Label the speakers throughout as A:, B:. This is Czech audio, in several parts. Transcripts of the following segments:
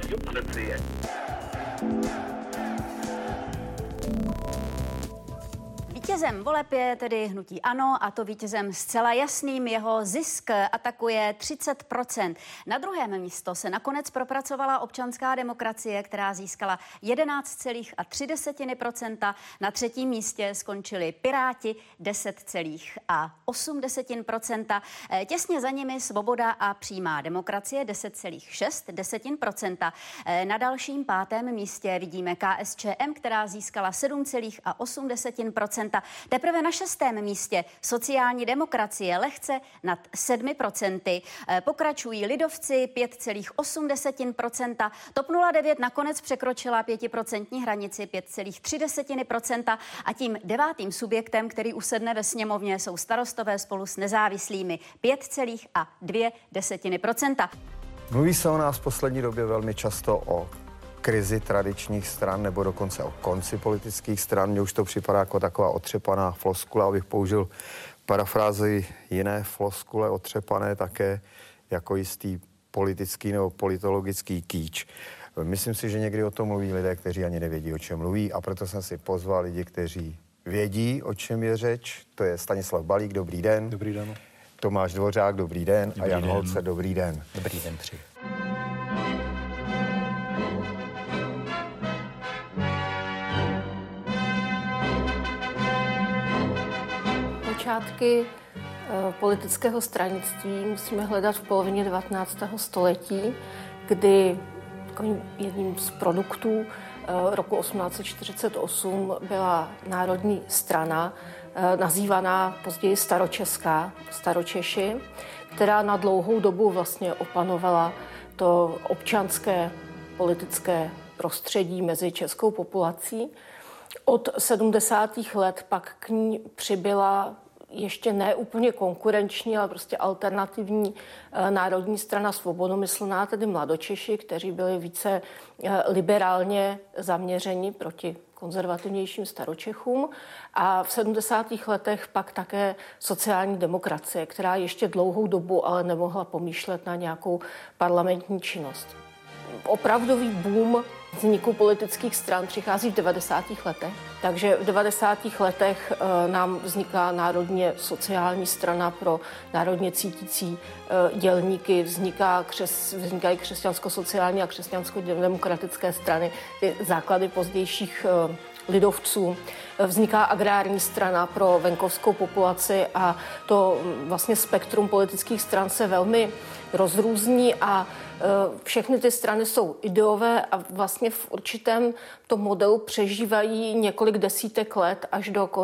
A: Vítězem voleb je tedy hnutí ANO, a to vítězem zcela jasným. Jeho zisk atakuje 30%. Na druhém místo se nakonec propracovala Občanská demokracie, která získala 11,3%. Na třetím místě skončili Piráti 10,8%. Těsně za nimi Svoboda a přímá demokracie 10,6%. Na dalším pátém místě vidíme KSČM, která získala 7,8%. Teprve na šestém místě sociální demokracie lehce nad 7%. Pokračují lidovci 5,8%. TOP 09 nakonec překročila 5% hranici 5,3% a tím devátým subjektem, který usedne ve sněmovně, jsou Starostové spolu s nezávislými 5,2%.
B: Mluví se o nás v poslední době velmi často o krizi tradičních stran nebo dokonce o konci politických stran. Mně už to připadá jako taková otřepaná floskula, abych použil parafrázi jiné floskule, otřepané také jako jistý politický nebo politologický kýč. Myslím si, že někdy o tom mluví lidé, kteří ani nevědí, o čem mluví, a proto jsem si pozval lidi, kteří vědí, o čem je řeč. To je Stanislav Balík, dobrý den.
C: Dobrý den.
B: Tomáš Dvořák, dobrý den.
C: Dobrý
B: a Jan
C: den.
B: Holce, dobrý den.
C: Dobrý den, tři.
D: Počátky politického stranictví musíme hledat v polovině 19. století, kdy jedním z produktů roku 1848 byla Národní strana, nazývaná později Staročeská, Staročeši, která na dlouhou dobu vlastně opanovala to občanské politické prostředí mezi českou populací. Od 70. let pak k ní přibyla ještě ne úplně konkurenční, ale prostě alternativní Národní strana svobodomyslná, tedy mladočeši, kteří byli více liberálně zaměřeni proti konzervativnějším staročechům. A v 70. letech pak také sociální demokracie, která ještě dlouhou dobu ale nemohla pomýšlet na nějakou parlamentní činnost. Opravdový boom vzniku politických stran přichází v 90. letech. Takže v 90. letech nám vzniká národně sociální strana pro národně cítící dělníky, vznikají křesťansko-sociální a křesťansko-demokratické strany, ty základy pozdějších lidovců. Vzniká agrární strana pro venkovskou populaci a to vlastně spektrum politických stran se velmi rozrůzní a všechny ty strany jsou ideové a vlastně v určitém tom modelu přežívají několik desítek let až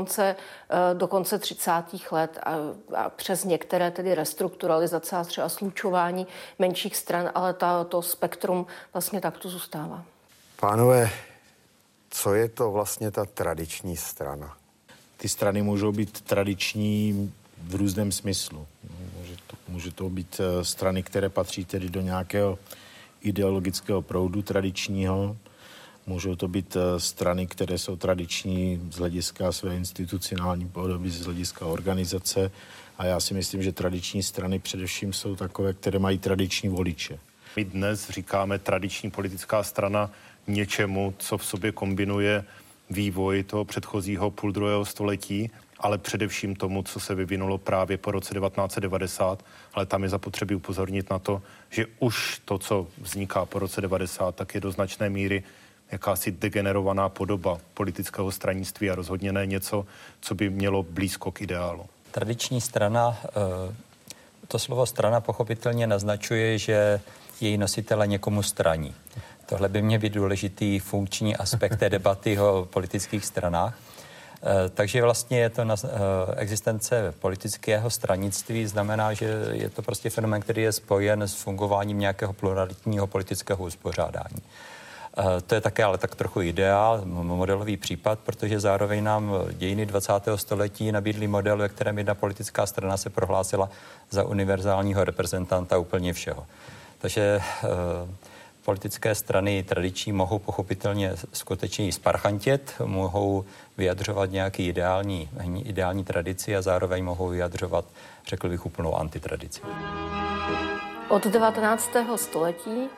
D: do konce 30. let a přes některé tedy restrukturalizace a třeba slučování menších stran, ale to spektrum vlastně takto zůstává.
B: Pánové, co je to vlastně ta tradiční strana?
C: Ty strany můžou být tradiční v různém smyslu. Může to být strany, které patří tedy do nějakého ideologického proudu tradičního. Můžou to být strany, které jsou tradiční z hlediska své institucionální podoby, z hlediska organizace. A já si myslím, že tradiční strany především jsou takové, které mají tradiční voliče.
E: My dnes říkáme tradiční politická strana něčemu, co v sobě kombinuje vývoj toho předchozího půl druhého století, ale především tomu, co se vyvinulo právě po roce 1990, ale tam je zapotřebí upozornit na to, že už to, co vzniká po roce 90, tak je do značné míry jakási degenerovaná podoba politického stranictví a rozhodně ne něco, co by mělo blízko k ideálu.
F: Tradiční strana, to slovo strana pochopitelně naznačuje, že její nositele někomu straní. Tohle by měl být důležitý funkční aspekt té debaty o politických stranách. Takže vlastně je to existence politického stranictví, znamená, že je to prostě fenomén, který je spojen s fungováním nějakého pluralitního politického uspořádání. To je také ale tak trochu ideál, modelový případ, protože zároveň nám dějiny 20. století nabídly model, ve kterém jedna politická strana se prohlásila za univerzálního reprezentanta úplně všeho. Takže politické strany tradiční mohou pochopitelně skutečně sparchantět, mohou vyjadřovat nějaký ideální tradici a zároveň mohou vyjadřovat, řekl bych, úplnou antitradici.
D: Od 19. století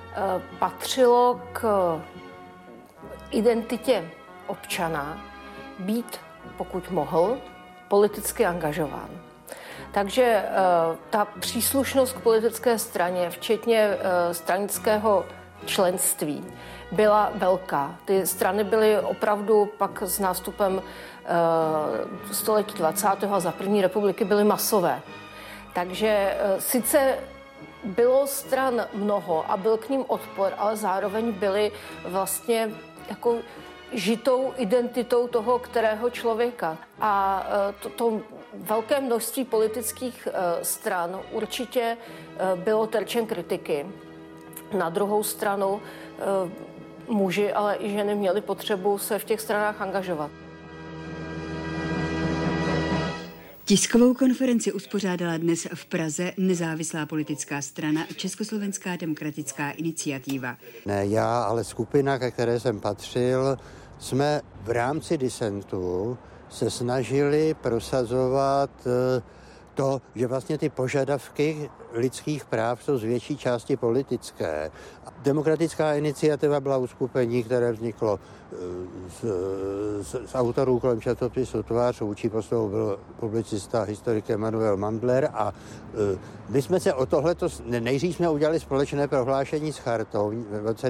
D: patřilo k identitě občana být, pokud mohl, politicky angažován. Takže ta příslušnost k politické straně, včetně stranického členství, byla velká. Ty strany byly opravdu pak s nástupem století 20. a za první republiky byly masové. Takže sice bylo stran mnoho a byl k ním odpor, ale zároveň byly vlastně jako žitou identitou toho kterého člověka. A to velké množství politických stran určitě bylo terčem kritiky. Na druhou stranu muži, ale i ženy měli potřebu se v těch stranách angažovat.
G: Tiskovou konferenci uspořádala dnes v Praze nezávislá politická strana Československá demokratická iniciativa.
H: Ne já, ale skupina, ke které jsem patřil, jsme v rámci disentu se snažili prosazovat to, že vlastně ty požadavky lidských práv jsou z větší části politické. Demokratická iniciativa byla uskupení, které vzniklo z autorů kolem časopisu Tvář, vůči postavou byl publicista, historik Emanuel Mandler a my jsme se o tohleto, nejdřív jsme udělali společné prohlášení s Chartou v roce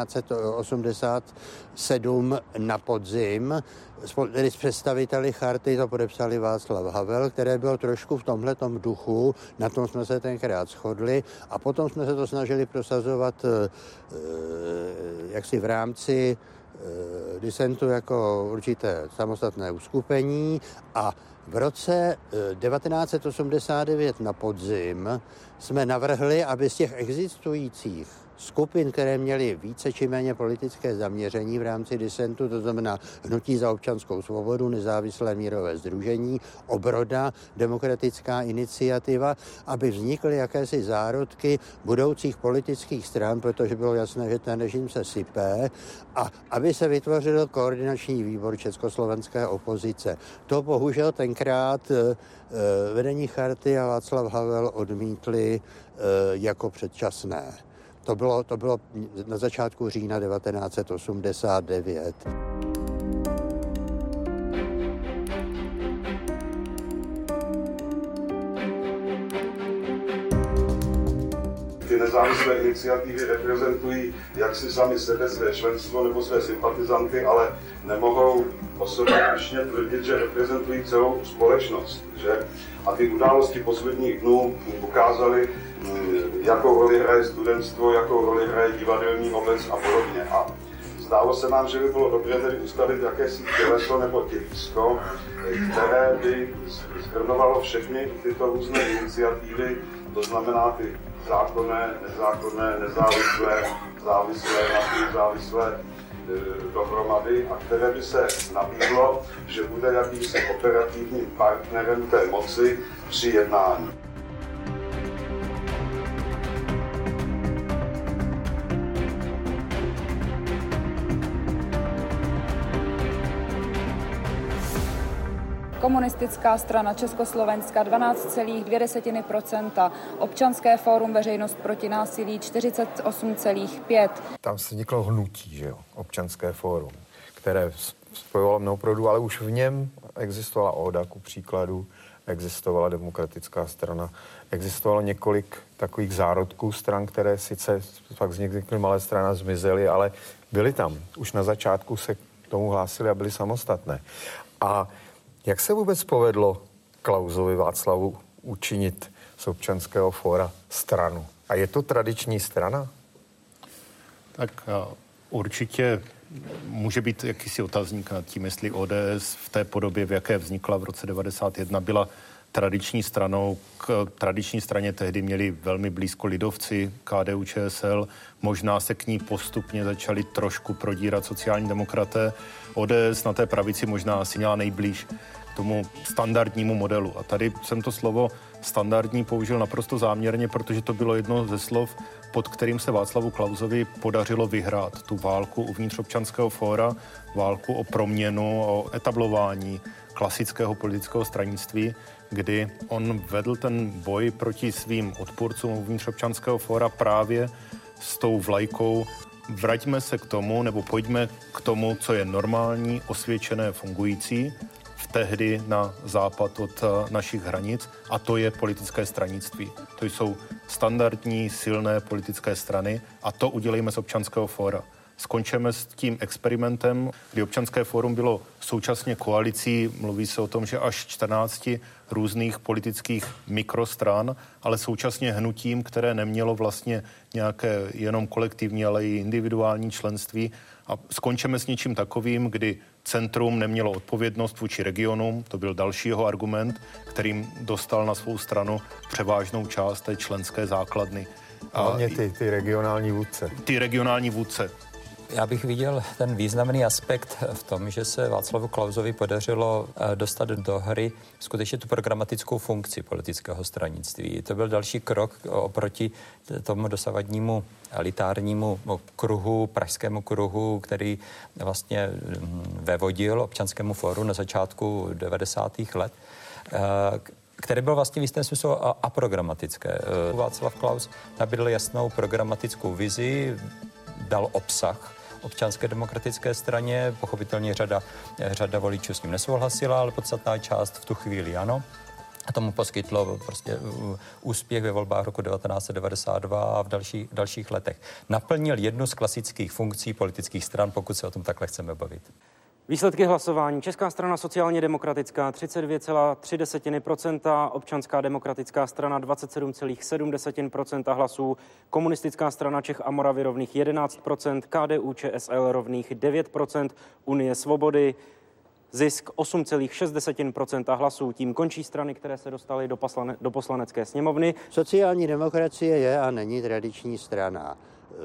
H: 1987 na podzim, tedy s představiteli Charty to podepsali Václav Havel, které bylo trošku v tomhletom duchu, na tom jsme se tenkrát shodli a potom jsme se to snažili prosazovat jaksi v rámci disentu jako určité samostatné uskupení a v roce 1989 na podzim jsme navrhli, aby z těch existujících skupin, které měly více či méně politické zaměření v rámci disentu, to znamená Hnutí za občanskou svobodu, Nezávislé mírové sdružení, Obroda, Demokratická iniciativa, aby vznikly jakési zárodky budoucích politických stran, protože bylo jasné, že ten režim se sype, a aby se vytvořil koordinační výbor československé opozice. To bohužel tenkrát vedení Charty a Václav Havel odmítli jako předčasné. To bylo na začátku října 1989.
I: Ty nezávislé iniciativy reprezentují jak si sami sebe, své členstvo nebo své sympatizanty, ale nemohou osobně tvrdit, že reprezentují celou společnost. Že? A ty události posledních dnů ukázaly, jakou roli hraje studentstvo, jakou roli hraje divadelní obec a podobně. A zdálo se nám, že by bylo dobré tedy ustavit jakési těleso nebo tělisko, které by shrnovalo všechny tyto různé iniciativy, to znamená ty zákonné, nezákonné, nezávislé, závislé, nezávislé dohromady, a které by se nabídlo, že bude jakýmsi operativním partnerem té moci při jednání.
J: Komunistická strana Československa 12,2%, Občanské fórum Veřejnost proti násilí 48,5%.
B: Tam se vzniklo hnutí, že jo, Občanské fórum, které spojovalo mnoho proudů, ale už v něm existovala ODA, ku příkladu, existovala Demokratická strana, existovalo několik takových zárodků stran, které sice pak vznikly malé strany, zmizely, ale byly tam. Už na začátku se k tomu hlásili a byly samostatné. A jak se vůbec povedlo Klausovi Václavu učinit z Občanského fóra stranu? A je to tradiční strana?
E: Tak určitě může být jakýsi otazník nad tím, jestli ODS v té podobě, v jaké vznikla v roce 1991, byla tradiční stranou. K tradiční straně tehdy měli velmi blízko lidovci, KDU-ČSL. Možná se k ní postupně začali trošku prodírat sociální demokraté. ODS na té pravici možná asi měla nejblíž k tomu standardnímu modelu. A tady jsem to slovo standardní použil naprosto záměrně, protože to bylo jedno ze slov, pod kterým se Václavu Klausovi podařilo vyhrát tu válku uvnitř Občanského fóra, válku o proměnu, o etablování klasického politického stranictví, kdy on vedl ten boj proti svým odpůrcům uvnitř Občanského fóra právě s tou vlajkou vraťme se k tomu, nebo pojďme k tomu, co je normální, osvědčené, fungující v tehdy na západ od našich hranic, a to je politické stranictví. To jsou standardní, silné politické strany a to udělejme z Občanského fóra. Skončíme s tím experimentem, kdy Občanské fórum bylo současně koalicí, mluví se o tom, že až 14 různých politických mikrostran, ale současně hnutím, které nemělo vlastně nějaké jenom kolektivní, ale i individuální členství. A skončíme s něčím takovým, kdy centrum nemělo odpovědnost vůči regionům, to byl další jeho argument, kterým dostal na svou stranu převážnou část té členské základny.
B: Hlavně ty regionální vůdce.
E: Ty regionální vůdce.
F: Já bych viděl ten významný aspekt v tom, že se Václavu Klausovi podařilo dostat do hry skutečně tu programmatickou funkci politického stranictví. To byl další krok oproti tomu dosavadnímu elitárnímu kruhu, pražskému kruhu, který vlastně vevodil Občanskému fóru na začátku 90. let, které bylo vlastně v jistém smyslu aprogramatické. Václav Klaus nabídl jasnou programmatickou vizi, dal obsah Občanské demokratické straně, pochopitelně řada voličů s ním nesouhlasila, ale podstatná část v tu chvíli ano. A tomu poskytlo prostě úspěch ve volbách roku 1992 a v dalších letech. Naplnil jednu z klasických funkcí politických stran, pokud se o tom takhle chceme bavit.
K: Výsledky hlasování. Česká strana sociálně demokratická 32,3%, Občanská demokratická strana 27,7% hlasů, Komunistická strana Čech a Moravy rovných 11%, KDU ČSL rovných 9%, Unie svobody, Zisk 8,6% hlasů. Tím končí strany, které se dostaly do poslanecké sněmovny.
H: Sociální demokracie je a není tradiční strana.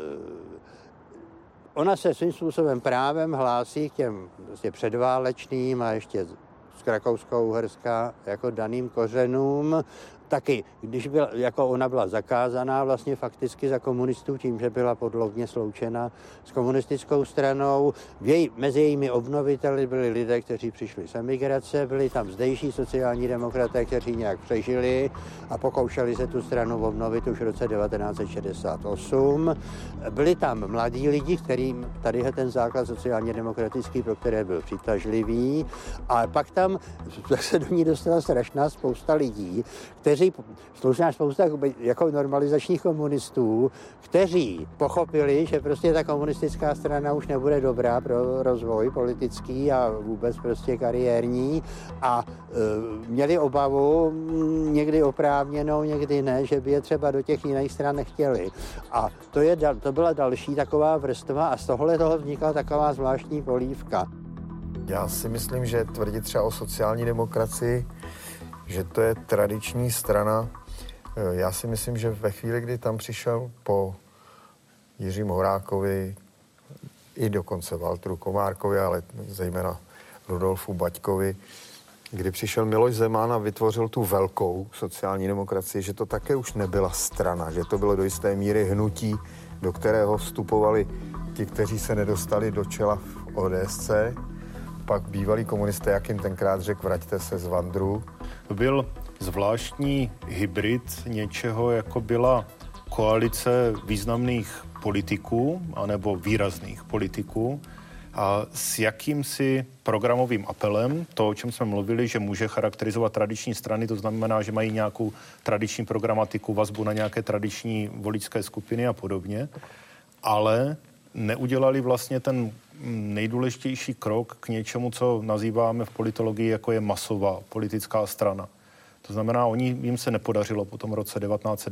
H: Ona se svým způsobem právem hlásí k těm vlastně předválečným a ještě z Rakousko-Uherska jako daným kořenům. Taky, ona byla zakázaná vlastně fakticky za komunistů tím, že byla podloudně sloučena s komunistickou stranou. Mezi jejími obnoviteli byli lidé, kteří přišli z emigrace, byli tam zdejší sociální demokraté, kteří nějak přežili a pokoušeli se tu stranu obnovit už v roce 1968. Byli tam mladí lidi, kterým tady je ten základ sociálně demokratický, pro které byl přitažlivý. A pak tam se do ní dostala strašná spousta lidí, slušná spousta jako normalizačních komunistů, kteří pochopili, že prostě ta komunistická strana už nebude dobrá pro rozvoj politický a vůbec prostě kariérní a měli obavu, někdy oprávněnou, někdy ne, že by je třeba do těch jiných stran nechtěli. A to byla další taková vrstva a z tohle toho vznikla taková zvláštní polívka.
B: Já si myslím, že tvrdit třeba o sociální demokracii, že to je tradiční strana. Já si myslím, že ve chvíli, kdy tam přišel po Jiřím Horákovi i dokonce Valtru Komárkovi, ale zejména Rudolfu Baťkovi, kdy přišel Miloš Zeman a vytvořil tu velkou sociální demokracii, že to také už nebyla strana, že to bylo do jisté míry hnutí, do kterého vstupovali ti, kteří se nedostali do čela v ODSC, pak bývalí komunisté, jak jim tenkrát řekl, vraťte se z vandru.
E: Byl zvláštní hybrid něčeho, jako byla koalice významných politiků, anebo výrazných politiků, a s jakýmsi programovým apelem, to, o čem jsme mluvili, že může charakterizovat tradiční strany, to znamená, že mají nějakou tradiční programatiku, vazbu na nějaké tradiční voličské skupiny a podobně, ale neudělali vlastně ten nejdůležitější krok k něčemu, co nazýváme v politologii jako je masová politická strana. To znamená, jim se nepodařilo po tom roce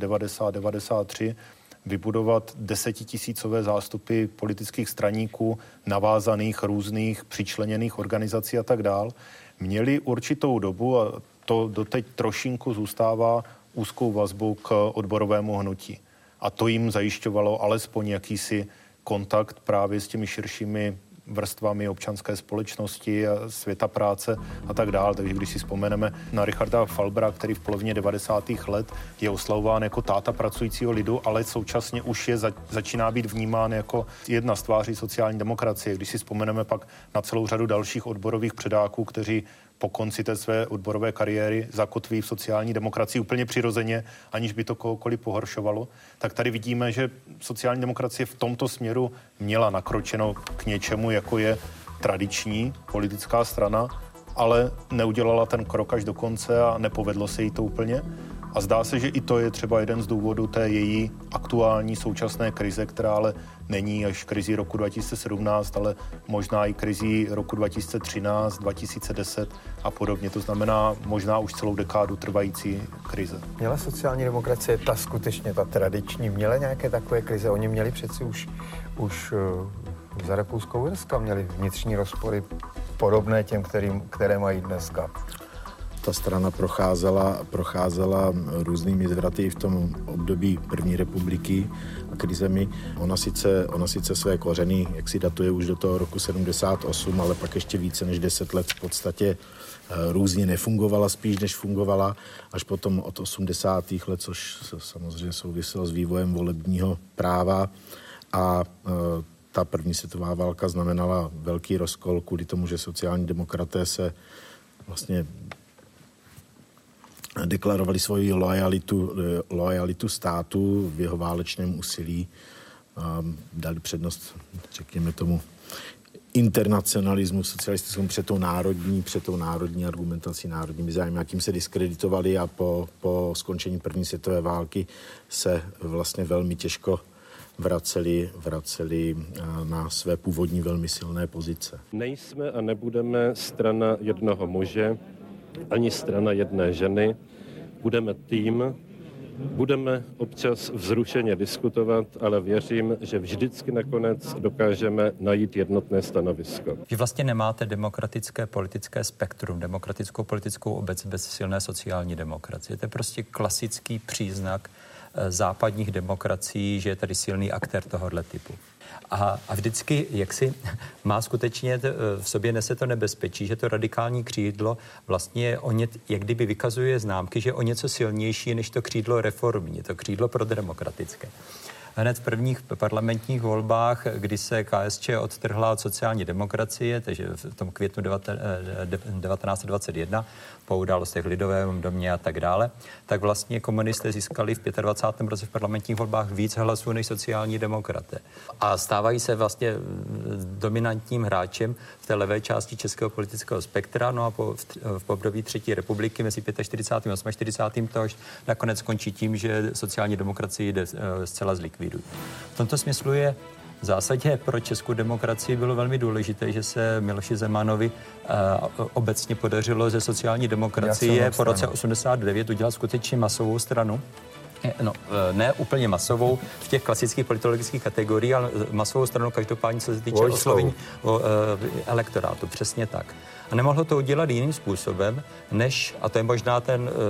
E: 1990-93 vybudovat 10 000 zástupy politických straníků, navázaných různých přičleněných organizací a tak dál. Měli určitou dobu, a to doteď trošinku zůstává, úzkou vazbu k odborovému hnutí. A to jim zajišťovalo alespoň jakýsi kontakt právě s těmi širšími vrstvami občanské společnosti a světa práce a tak dále. Takže když si vzpomeneme na Richarda Falbra, který v polovině 90. let je oslavován jako táta pracujícího lidu, ale současně už začíná být vnímán jako jedna z tváří sociální demokracie. Když si vzpomeneme pak na celou řadu dalších odborových předáků, kteří po konci té své odborové kariéry zakotví v sociální demokracii úplně přirozeně, aniž by to kohokoliv pohoršovalo, tak tady vidíme, že sociální demokracie v tomto směru měla nakročeno k něčemu, jako je tradiční politická strana, ale neudělala ten krok až do konce a nepovedlo se jí to úplně. A zdá se, že i to je třeba jeden z důvodů té její aktuální současné krize, která ale není až krizí roku 2017, ale možná i krizí roku 2013, 2010 a podobně. To znamená možná už celou dekádu trvající krize.
B: Měla sociální demokracie skutečně ta tradiční, měla nějaké takové krize? Oni měli přeci už za Rakousko-Uherska, měli vnitřní rozpory podobné těm, které mají dneska.
C: Ta strana procházela různými zvraty v tom období první republiky a krizemi. Ona sice své kořeny, jak si datuje už do toho roku 78, ale pak ještě více než 10 let v podstatě různě nefungovala, spíš než fungovala, až potom od 80. let, což samozřejmě souviselo s vývojem volebního práva a ta první světová válka znamenala velký rozkol kvůli tomu, že sociální demokraté se vlastně deklarovali svoji lojalitu státu v jeho válečném úsilí a dali přednost, řekněme tomu, internacionalismu socialistickému před tou národní argumentací, národními zájmy, a tím se diskreditovali a po skončení první světové války se vlastně velmi těžko vraceli na své původní velmi silné pozice.
L: Nejsme a nebudeme strana jednoho muže, ani strana jedné ženy. Budeme tým, budeme občas vzrušeně diskutovat, ale věřím, že vždycky nakonec dokážeme najít jednotné stanovisko.
F: Vy vlastně nemáte demokratické politické spektrum, demokratickou politickou obec bez silné sociální demokracie. To je prostě klasický příznak západních demokracií, že je tady silný aktér tohohle typu. A vždycky, jaksi má skutečně v sobě nese to nebezpečí, že to radikální křídlo vlastně jak kdyby vykazuje známky, že je o něco silnější než to křídlo reformní, to křídlo prodemokratické. Hned v prvních parlamentních volbách, kdy se KSČ odtrhla od sociální demokracie, takže v tom květnu 1921, po událostech v Lidovém domě a tak dále, tak vlastně komunisté získali v 25. roce v parlamentních volbách víc hlasů než sociální demokraté. A stávají se vlastně dominantním hráčem v té levé části českého politického spektra, no a v období třetí republiky mezi 45. a 48. to až nakonec končí tím, že sociální demokracii jde zcela zlikviduje. V tomto smyslu je v zásadě pro českou demokracii bylo velmi důležité, že se Miloši Zemanovi obecně podařilo ze sociální demokracie po roce 89 udělat skutečně masovou stranu. No, ne úplně masovou v těch klasických politologických kategoriích, ale masovou stranu každopádně, co se týče oslovení elektorátu. Přesně tak. A nemohlo to udělat jiným způsobem, než, a to je možná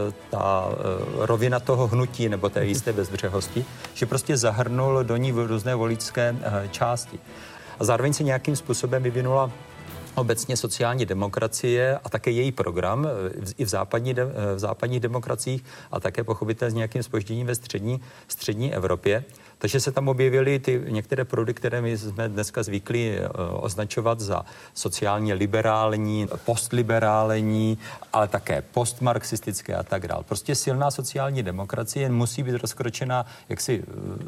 F: ta rovina toho hnutí nebo té jisté bezbřehosti, že prostě zahrnul do ní různé voličské části. A zároveň se nějakým způsobem vyvinula obecně sociální demokracie a také její program i v západních demokraciích a také pochopitelně s nějakým zpožděním ve střední Evropě. Takže se tam objevily ty některé proudy, které my jsme dneska zvyklí označovat za sociálně liberální, postliberální, ale také postmarxistické a tak dále. Prostě silná sociální demokracie musí být rozkročena jaksi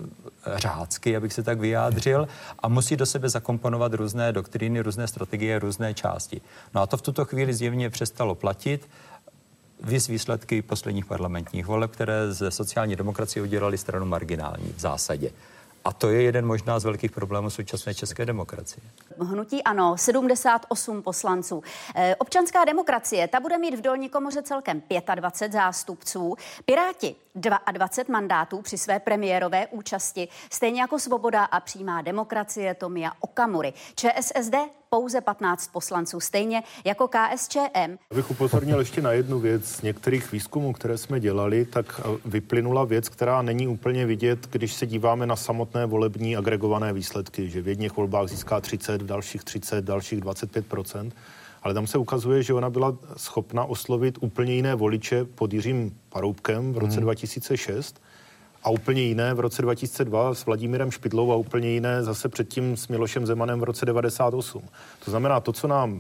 F: řádsky, abych se tak vyjádřil, a musí do sebe zakomponovat různé doktríny, různé strategie, různé části. No a to v tuto chvíli zjevně přestalo platit. Viz výsledky posledních parlamentních voleb, které ze sociální demokracie udělali stranu marginální v zásadě. A to je jeden možná z velkých problémů současné české demokracie.
A: Hnutí ANO 78 poslanců. Občanská demokracie, ta bude mít v dolní komoře celkem 25 zástupců. Piráti 22 mandátů při své premiérové účasti, stejně jako Svoboda a přímá demokracie Tomia Okamury. ČSSD pouze 15 poslanců, stejně jako KSČM.
E: Abych upozornil ještě na jednu věc. Z některých výzkumů, které jsme dělali, tak vyplynula věc, která není úplně vidět, když se díváme na samotné volební agregované výsledky, že v jedných volbách získá 30, v dalších 30, v dalších 25%. Ale tam se ukazuje, že ona byla schopna oslovit úplně jiné voliče pod Jiřím Paroubkem v roce 2006 a úplně jiné v roce 2002 s Vladimírem Špidlou a úplně jiné zase předtím s Milošem Zemanem v roce 98. To znamená, to, co nám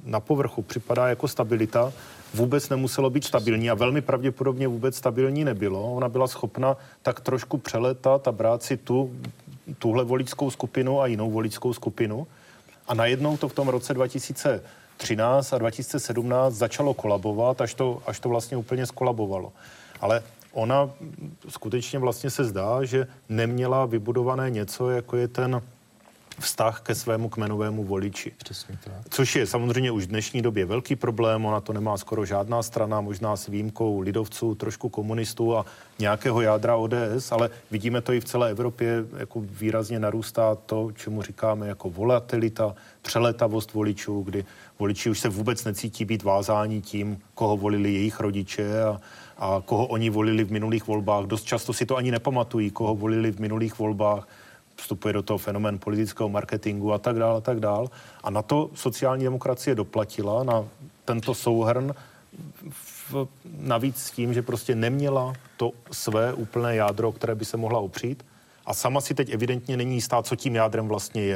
E: na povrchu připadá jako stabilita, vůbec nemuselo být stabilní a velmi pravděpodobně vůbec stabilní nebylo. Ona byla schopna tak trošku přeletat a brát si tuhle voličskou skupinu a jinou voličskou skupinu. A najednou to v tom roce 2013 a 2017 začalo kolabovat, až to vlastně úplně skolabovalo. Ale ona skutečně vlastně se zdá, že neměla vybudované něco, jako je ten vztah ke svému kmenovému voliči.
C: Přesně tak.
E: Což je samozřejmě už v dnešní době velký problém, ona to nemá skoro žádná strana, možná s výjimkou lidovců, trošku komunistů a nějakého jádra ODS, ale vidíme to i v celé Evropě, jako výrazně narůstá to, čemu říkáme jako volatilita, přelétavost voličů, kdy voliči už se vůbec necítí být vázáni tím, koho volili jejich rodiče a koho oni volili v minulých volbách. Dost často si to ani nepamatují, koho volili v minulých volbách. Vstupuje do toho fenomén politického marketingu a tak dál a tak dál. A na to sociální demokracie doplatila, na tento souhrn, navíc s tím, že prostě neměla to své úplné jádro, které by se mohla opřít. A sama si teď evidentně není jistá, co tím jádrem vlastně je.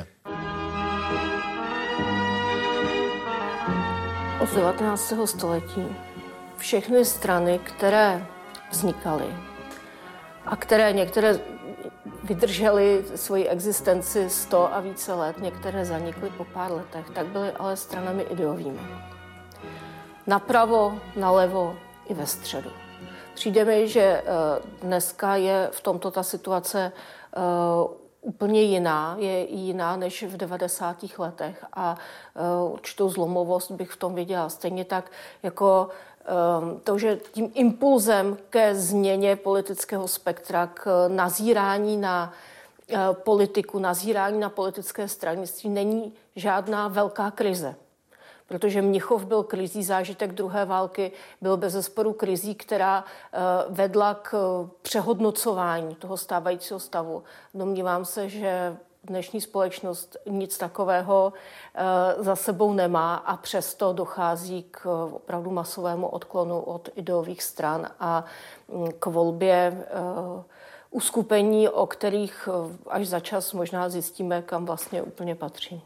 D: Od 19. století všechny strany, které vznikaly a které některé vydržely svoji existenci 100 a více let, některé zanikly po pár letech, tak byly ale stranami ideovými. Napravo, nalevo i ve středu. Přijde mi, že dneska je v tomto ta situace úplně jiná, je jiná než v 90. letech a určitou zlomovost bych v tom viděla. Stejně tak jako to, že tím impulzem ke změně politického spektra, k nazírání na politiku, nazírání na politické stranictví není žádná velká krize. Protože Mnichov byl krizí, zážitek druhé války byl bezesporu krizí, která vedla k přehodnocování toho stávajícího stavu. Domnívám se, že dnešní společnost nic takového za sebou nemá a přesto dochází k opravdu masovému odklonu od ideových stran a k volbě uskupení, o kterých až za čas možná zjistíme, kam vlastně úplně patří.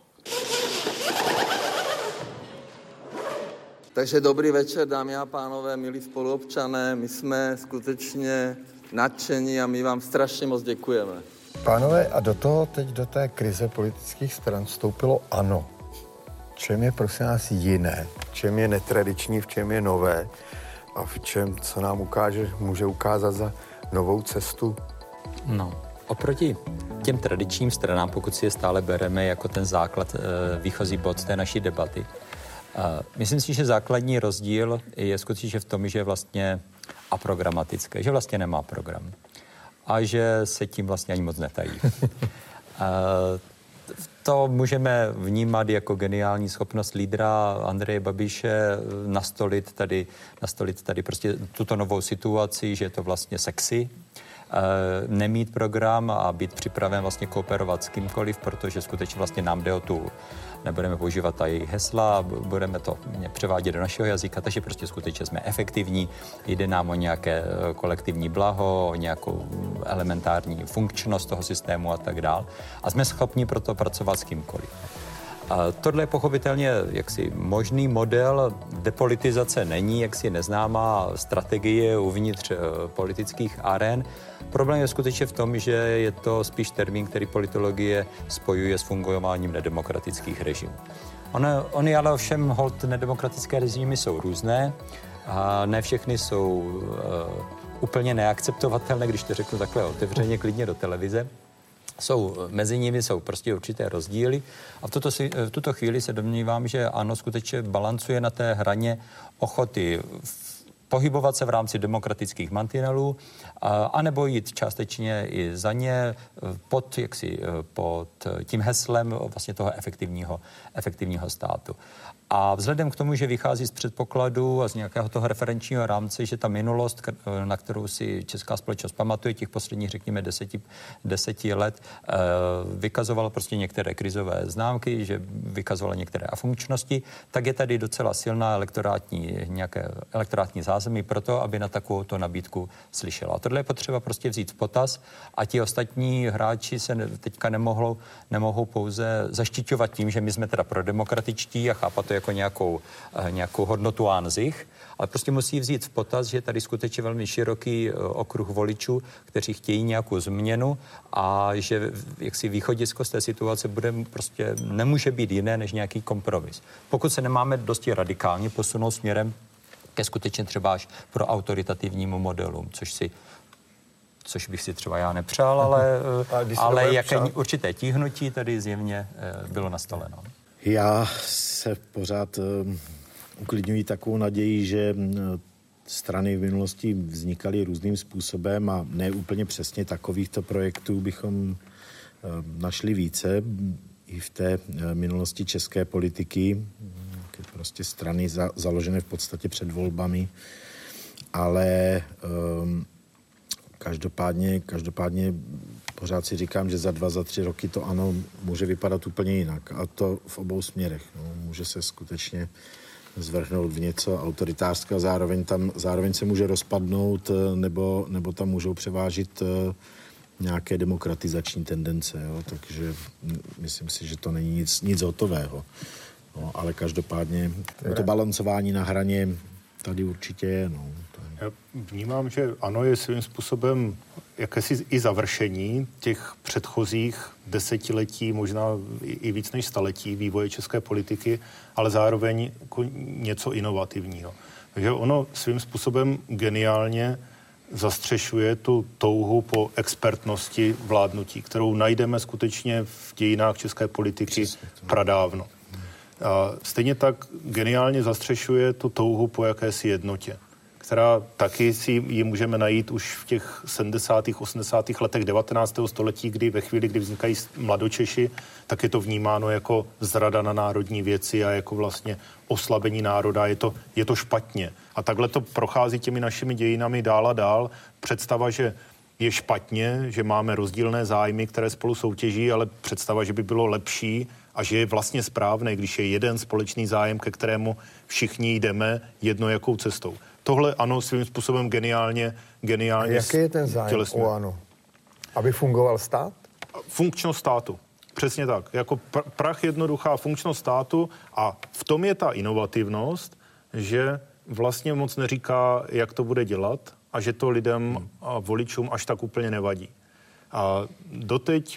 M: Takže dobrý večer, dámy a pánové, milí spoluobčané. My jsme skutečně nadšení a my vám strašně moc děkujeme.
B: Pánové, a do té krize politických stran vstoupilo ANO. V čem je, prosím nás, jiné? V čem je netradiční, v čem je nové? A v čem, co nám může ukázat za novou cestu?
F: No, oproti těm tradičním stranám, pokud si je stále bereme jako ten základ, výchozí bod té naší debaty, myslím si, že základní rozdíl je skutečně v tom, že je vlastně aprogramatické, že vlastně nemá program a že se tím vlastně ani moc netají. To můžeme vnímat jako geniální schopnost lídra Andreje Babiše nastolit tady prostě tuto novou situaci, že je to vlastně sexy, nemít program a být připraven vlastně kooperovat s kýmkoliv, protože skutečně vlastně nám jde o tu, nebudeme používat ta jejich hesla, budeme to převádět do našeho jazyka, takže prostě skutečně jsme efektivní, jde nám o nějaké kolektivní blaho, o nějakou elementární funkčnost toho systému a tak dál. A jsme schopni proto pracovat s kýmkoliv. A tohle je pochopitelně jaksi možný model, depolitizace není jaksi neznámá strategie uvnitř politických arén. Problém je skutečně v tom, že je to spíš termín, který politologie spojuje s fungováním nedemokratických režimů. Ony ale ovšem holt nedemokratické režimy jsou různé a ne všechny jsou úplně neakceptovatelné, když to řeknu takhle otevřeně, klidně do televize. Mezi nimi jsou prostě určité rozdíly a v tuto chvíli se domnívám, že ANO skutečně balancuje na té hraně ochoty pohybovat se v rámci demokratických mantinelů, anebo jít částečně i za ně pod tím heslem vlastně toho efektivního státu. A vzhledem k tomu, že vychází z předpokladu a z nějakého toho referenčního rámce, že ta minulost, na kterou si česká společnost pamatuje, těch posledních, řekněme, 10 let, vykazovala prostě některé krizové známky, že vykazovala některé afunkčnosti, tak je tady docela silná elektorátní zásada, zemi pro to, aby na takovou nabídku slyšela. A tohle je potřeba prostě vzít v potaz a ti ostatní hráči se teďka nemohou pouze zaštiťovat tím, že my jsme teda prodemokratičtí a chápat to jako nějakou hodnotu ánzich, ale prostě musí vzít v potaz, že tady skutečně velmi široký okruh voličů, kteří chtějí nějakou změnu a že jaksi východisko z té situace nemůže být jiné než nějaký kompromis. Pokud se nemáme dosti radikálně posunout směrem ke skutečně třeba až pro autoritativnímu modelu, což bych si třeba já nepřál, ale jaké určité tíhnutí tady zjevně bylo nastoleno.
C: Já se pořád uklidňuji takovou naději, že strany v minulosti vznikaly různým způsobem a ne úplně přesně takovýchto projektů bychom našli více i v té minulosti české politiky, prostě strany založené v podstatě před volbami, ale každopádně pořád si říkám, že za 2, za 3 roky to ANO může vypadat úplně jinak a to v obou směrech. No, může se skutečně zvrhnout v něco autoritářského, zároveň se může rozpadnout, nebo tam můžou převážit nějaké demokratizační tendence, jo? Takže myslím si, že to není nic hotového. No, ale každopádně to balancování na hraně tady určitě je. No.
E: Já vnímám, že ANO je svým způsobem jakési i završení těch předchozích desetiletí, možná i víc než staletí vývoje české politiky, ale zároveň jako něco inovativního. Takže ono svým způsobem geniálně zastřešuje tu touhu po expertnosti vládnutí, kterou najdeme skutečně v dějinách české politiky pradávno. A stejně tak geniálně zastřešuje tu touhu po jakési jednotě, která taky si ji můžeme najít už v těch 70. 80. letech 19. století, kdy ve chvíli, kdy vznikají mladočeši, tak je to vnímáno jako zrada na národní věci a jako vlastně oslabení národa. Je to špatně. A takhle to prochází těmi našimi dějinami dál a dál. Představa, že je špatně, že máme rozdílné zájmy, které spolu soutěží, ale představa, že by bylo lepší a že je vlastně správné, když je jeden společný zájem, ke kterému všichni jdeme jedno jakou cestou. Tohle ANO svým způsobem geniálně.
B: Jaký je ten zájem u ANO? Aby fungoval stát?
E: Funkčnost státu. Přesně tak. Jako prach jednoduchá funkčnost státu a v tom je ta inovativnost, že vlastně moc neříká, jak to bude dělat a že to lidem a voličům až tak úplně nevadí. A doteď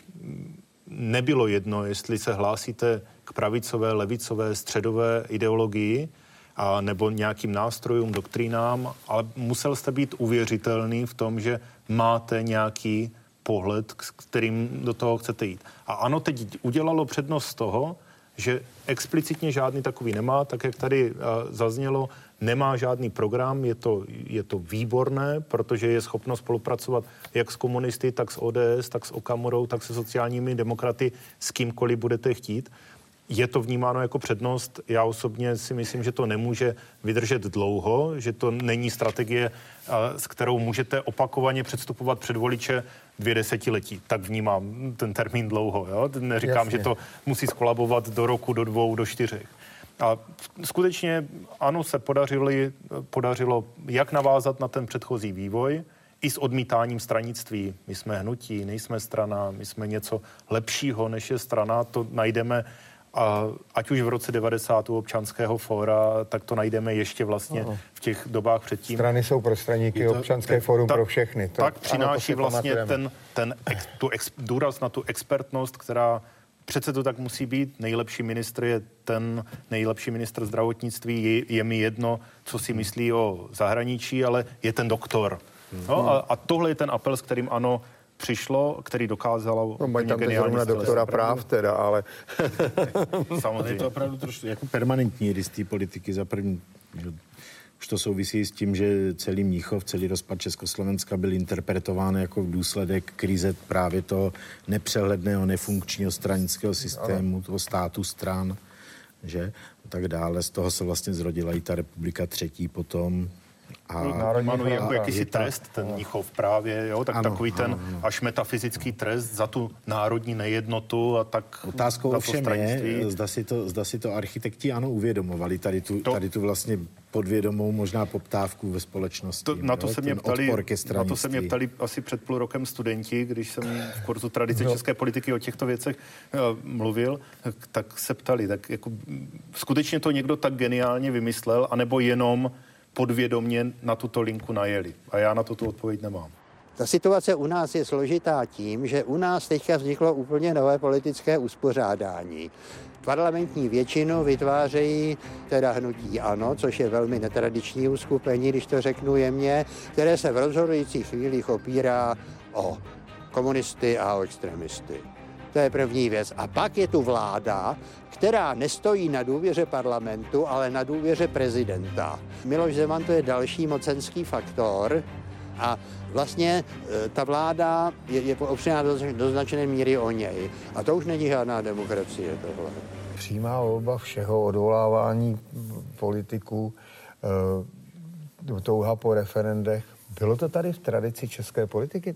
E: nebylo jedno, jestli se hlásíte k pravicové, levicové, středové ideologii a nebo nějakým nástrojům, doktrínám, ale musel jste být uvěřitelný v tom, že máte nějaký pohled, s kterým do toho chcete jít. A ANO teď udělalo přednost z toho, že explicitně žádný takový nemá, tak jak tady zaznělo, nemá žádný program, je to výborné, protože je schopno spolupracovat jak s komunisty, tak s ODS, tak s Okamurou, tak se sociálními demokraty, s kýmkoliv budete chtít. Je to vnímáno jako přednost. Já osobně si myslím, že to nemůže vydržet dlouho, že to není strategie, s kterou můžete opakovaně předstupovat před voliče 2 desetiletí. Tak vnímám ten termín dlouho. Jo? Neříkám, jasně, že to musí skolabovat do roku, do 2, do 4. A skutečně ano, se podařilo jak navázat na ten předchozí vývoj, i s odmítáním stranictví. My jsme hnutí, nejsme strana, my jsme něco lepšího, než je strana, to najdeme a ať už v roce 90. občanského fóra, tak to najdeme ještě vlastně v těch dobách předtím.
B: Strany jsou pro straníky, občanské fórum pro všechny.
E: Tak přináší vlastně důraz na tu expertnost, která přece to tak musí být. Nejlepší ministr je ten nejlepší ministr zdravotnictví. Je mi jedno, co si myslí o zahraničí, ale je ten doktor. No, a tohle je ten apel, s kterým ANO přišlo, který dokázalo
B: mají tam zrovna doktora práv teda, ale
C: samozřejmě. Je to opravdu trošku jako permanentní rys té politiky za první. Už to souvisí s tím, že celý Mnichov, celý rozpad Československa byl interpretován jako důsledek krize právě toho nepřehledného, nefunkčního stranického systému, toho státu stran, že? A tak dále. Z toho se vlastně zrodila i ta republika třetí potom.
E: Vnímaný jako jakýsi trest, ten Mnichov právě, jo, tak takový ten až metafyzický trest za tu národní nejednotu a tak.
C: Otázkou ovšem je, zda si to architekti uvědomovali, tady tu vlastně podvědomou možná poptávku ve společnosti.
E: Na to se mě ptali asi před půl rokem studenti, když jsem v kurzu tradice české politiky o těchto věcech mluvil, tak se ptali, tak jako skutečně to někdo tak geniálně vymyslel, anebo jenom podvědomě na tuto linku najeli. A já na to tu odpověď nemám.
H: Ta situace u nás je složitá tím, že u nás teďka vzniklo úplně nové politické uspořádání. Parlamentní většinu vytvářejí teda hnutí ANO, což je velmi netradiční uskupení, když to řeknu jemně, které se v rozhodujících chvílích opírá o komunisty a o extremisty. To je první věc. A pak je tu vláda, která nestojí na důvěře parlamentu, ale na důvěře prezidenta. Miloš Zeman to je další mocenský faktor a vlastně ta vláda je opřená do značné míry o něj. A to už není žádná demokracie tohle.
B: Přímá volba všeho, odvolávání politiků, touha po referendech. Bylo to tady v tradici české politiky,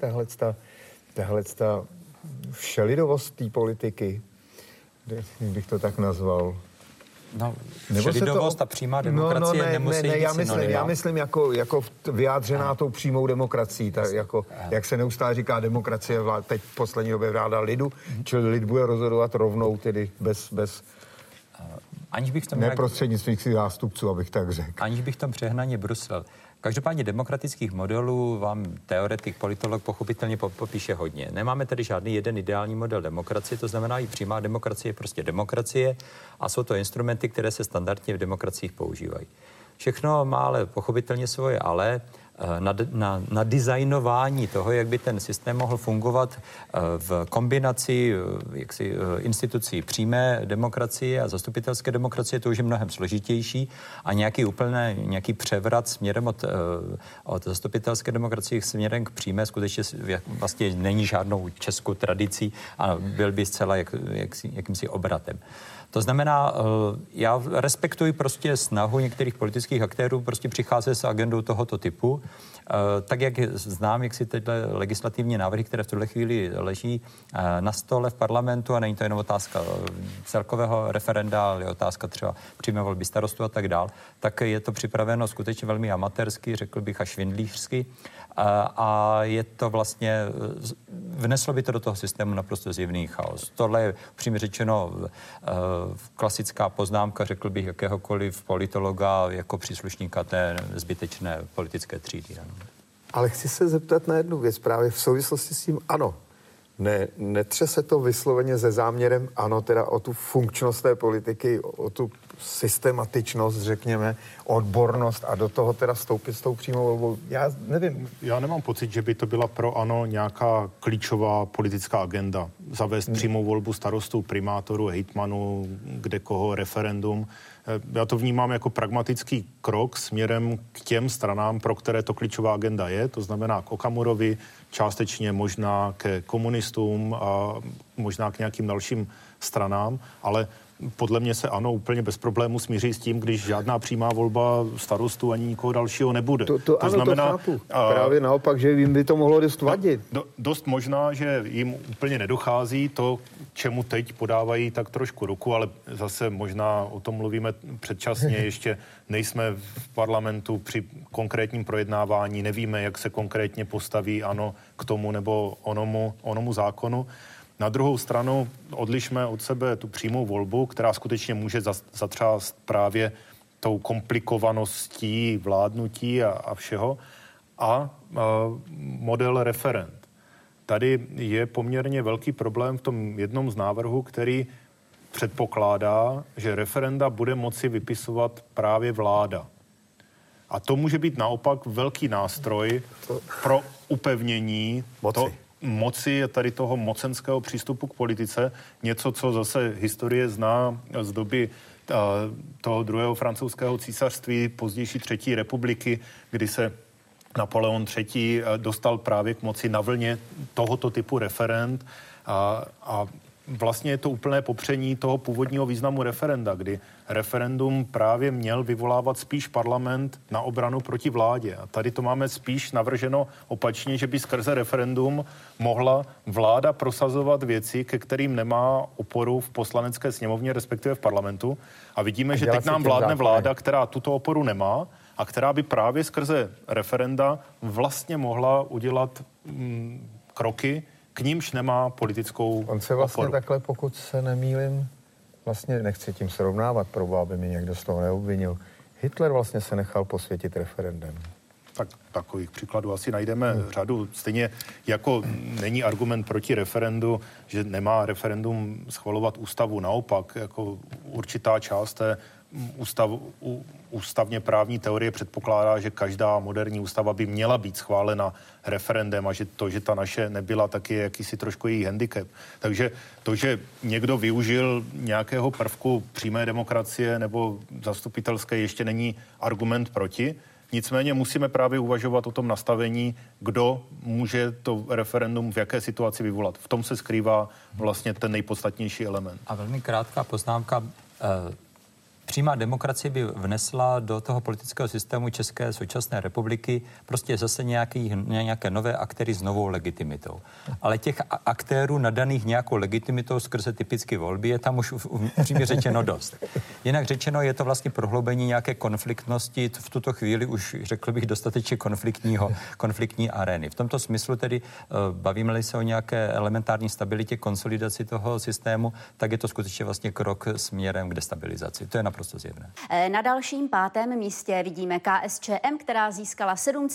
B: tahleta všelidovost té politiky, bych to tak nazval.
F: No, všelidovost a přímá demokracie nemusí být synonymem.
B: Já myslím jako vyjádřená tou přímou demokracií, tak jako, jak se neustále říká demokracie, teď v poslední době vláda lidu, čili lid bude rozhodovat rovnou, tedy bez
F: aniž bych tam
B: neprostřednictvím svých zástupců, abych tak řekl.
F: Aniž bych tam přehnaně bruslil. Každopádně demokratických modelů vám teoretik, politolog pochopitelně popíše hodně. Nemáme tedy žádný jeden ideální model demokracie, to znamená i přímá demokracie je prostě demokracie a jsou to instrumenty, které se standardně v demokraciích používají. Všechno má ale pochopitelně svoje ale. Na designování toho, jak by ten systém mohl fungovat v kombinaci institucí přímé demokracie a zastupitelské demokracie, to už je mnohem složitější a nějaký převrat směrem od zastupitelské demokracie směrem k přímé skutečně vlastně není žádnou českou tradicí a byl by zcela jakýmsi obratem. To znamená, já respektuji prostě snahu některých politických aktérů prostě přicházet s agendou tohoto typu. Tak, jak znám, jak si tyhle legislativní návrhy, které v tuhle chvíli leží na stole v parlamentu, a není to jenom otázka celkového referenda, ale je otázka třeba přímé volby starostů a tak dál, tak je to připraveno skutečně velmi amatérsky, řekl bych až švindlířsky. A je to vlastně, vneslo by to do toho systému naprosto zjevný chaos. Tohle je přímě řečeno klasická poznámka, řekl bych, jakéhokoliv politologa jako příslušníka té zbytečné politické třídy.
B: Ale chci se zeptat na jednu věc právě v souvislosti s tím ano. Netře se to vysloveně se záměrem, ano, teda o tu funkčnost té politiky, o tu systematičnost, řekněme, odbornost a do toho teda vstoupit s tou přímou volbou. Já nevím.
E: Já nemám pocit, že by to byla pro ANO nějaká klíčová politická agenda. Zavést přímou volbu starostů, primátorů, hejtmanů, kde koho, referendum. Já to vnímám jako pragmatický krok směrem k těm stranám, pro které to klíčová agenda je, to znamená k Okamurovi, částečně možná ke komunistům a možná k nějakým dalším stranám, ale podle mě se ANO úplně bez problému smíří s tím, když žádná přímá volba starostů ani nikoho dalšího nebude.
B: To znamená, to chápu. Právě naopak, že jim by to mohlo dost vadit.
E: Dost možná, že jim úplně nedochází to, čemu teď podávají tak trošku ruku, ale zase možná o tom mluvíme předčasně, ještě nejsme v parlamentu při konkrétním projednávání, nevíme, jak se konkrétně postaví ANO k tomu nebo onomu zákonu. Na druhou stranu odlišme od sebe tu přímou volbu, která skutečně může zatřást právě tou komplikovaností vládnutí a všeho a model referend. Tady je poměrně velký problém v tom jednom z návrhů, který předpokládá, že referenda bude moci vypisovat právě vláda. A to může být naopak velký nástroj pro upevnění moci tady toho mocenského přístupu k politice, něco, co zase historie zná z doby toho druhého francouzského císařství, pozdější třetí republiky, kdy se Napoleon III. Dostal právě k moci na vlně tohoto typu referend a vlastně je to úplné popření toho původního významu referenda, kdy referendum právě měl vyvolávat spíš parlament na obranu proti vládě. A tady to máme spíš navrženo opačně, že by skrze referendum mohla vláda prosazovat věci, ke kterým nemá oporu v poslanecké sněmovně, respektive v parlamentu. A vidíme, že teď nám vládne vláda, která tuto oporu nemá a která by právě skrze referenda vlastně mohla udělat kroky, k nímž nemá politickou
B: On se vlastně
E: oporu.
B: takhle, pokud se nemýlim, vlastně nechci tím srovnávat, proboha, aby mi někdo z toho neobvinil. Hitler vlastně se nechal posvětit referendem.
E: Tak takových příkladů asi najdeme řadu. Stejně jako není argument proti referendu, že nemá referendum schvalovat ústavu. Naopak, jako určitá část té ústavně právní teorie předpokládá, že každá moderní ústava by měla být schválena referendem a že to, že ta naše nebyla, tak je jakýsi trošku její handicap. Takže to, že někdo využil nějakého prvku přímé demokracie nebo zastupitelské, ještě není argument proti. Nicméně musíme právě uvažovat o tom nastavení, kdo může to referendum v jaké situaci vyvolat. V tom se skrývá vlastně ten nejpodstatnější element.
F: A velmi krátká poznámka. Přímá demokracie by vnesla do toho politického systému České současné republiky prostě zase nějaké nové aktéry s novou legitimitou. Ale těch aktérů nadaných nějakou legitimitou skrze typické volby je tam už upřímně řečeno dost. Jinak řečeno je to vlastně prohloubení nějaké konfliktnosti, v tuto chvíli už řekl bych dostatečně konfliktní arény. V tomto smyslu tedy bavíme-li se o nějaké elementární stabilitě, konsolidaci toho systému, tak je to skutečně vlastně krok směrem k destabilizaci. To je naprosto zjevné.
A: Na dalším 5. místě vidíme KSČM, která získala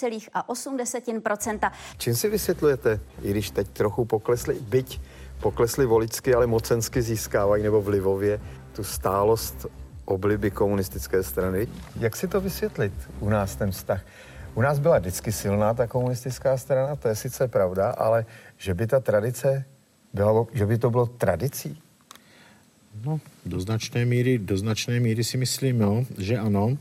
A: 7,8%.
B: Čím si vysvětlujete, i když teď trochu poklesli voličsky, ale mocensky získávají, nebo vlivově, tu stálost obliby komunistické strany? Jak si to vysvětlit u nás ten vztah? U nás byla vždycky silná ta komunistická strana, to je sice pravda, ale že by ta tradice byla, že by to bylo tradicí?
C: No, do značné míry si myslím, jo, že ano.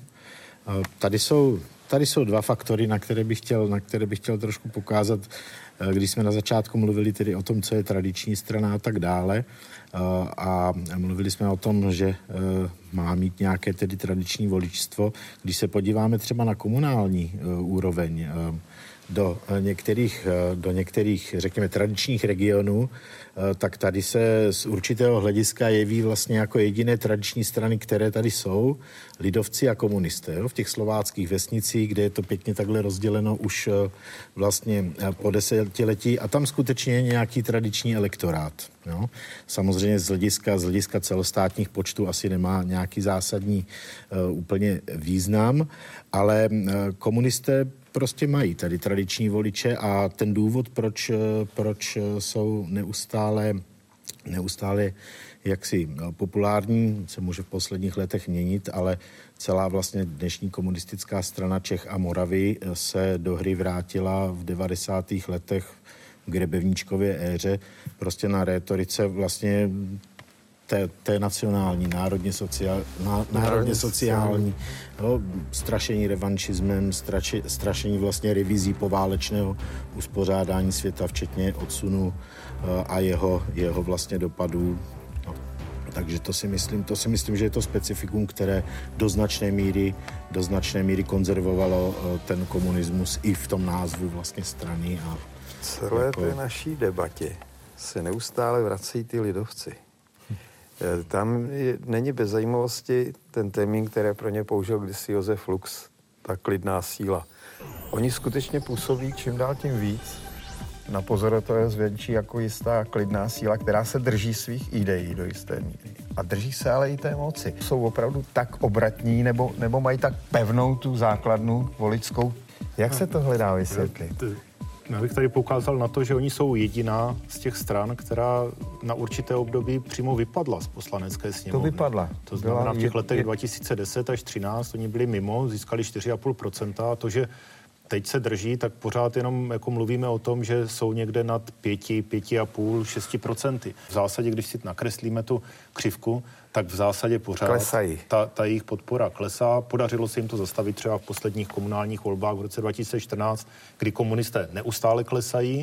C: Tady jsou dva faktory, na které bych chtěl trošku pokázat, když jsme na začátku mluvili tedy o tom, co je tradiční strana a tak dále. A mluvili jsme o tom, že má mít nějaké tedy tradiční voličstvo. Když se podíváme třeba na komunální úroveň, do některých, řekněme, tradičních regionů, tak tady se z určitého hlediska jeví vlastně jako jediné tradiční strany, které tady jsou, lidovci a komunisté. Jo? V těch slováckých vesnicích, kde je to pěkně takhle rozděleno už vlastně po desetiletí a tam skutečně je nějaký tradiční elektorát. Jo? Samozřejmě z hlediska celostátních počtů asi nemá nějaký zásadní úplně význam, ale komunisté prostě mají tady tradiční voliče a ten důvod, proč jsou neustále jaksi populární, se může v posledních letech měnit, ale celá vlastně dnešní komunistická strana Čech a Moravy se do hry vrátila v 90. letech v Grebevníčkově éře prostě na rétorice vlastně té nacionální, národně sociální, jo, strašení revanšismem, strašení vlastně revizí poválečného uspořádání světa, včetně odsunu a jeho vlastně dopadů. No. Takže to si myslím, že je to specifikum, které do značné míry konzervovalo ten komunismus i v tom názvu vlastně strany. A
B: celé té naší debatě se neustále vracejí ty lidovci. Tam není bez zajímavosti ten termín, který pro ně použil kdysi Josef Lux, ta klidná síla. Oni skutečně působí čím dál tím víc. Na pozoratele zvětší jako jistá klidná síla, která se drží svých ideí do jisté míry. A drží se ale i té moci. Jsou opravdu tak obratní, nebo mají tak pevnou tu základnu voličskou. Jak se tohle dá vysvětlit?
E: Já bych tady poukázal na to, že oni jsou jediná z těch stran, která na určité období přímo vypadla z poslanecké sněmovny.
B: To vypadla.
E: To znamená v těch letech 2010 až 2013 oni byli mimo, získali 4,5% a to, že teď se drží, tak pořád jenom jako mluvíme o tom, že jsou někde nad 5,5, 6%. V zásadě, když si nakreslíme tu křivku, tak v zásadě pořád ta jejich podpora klesá. Podařilo se jim to zastavit třeba v posledních komunálních volbách v roce 2014, kdy komunisté neustále klesají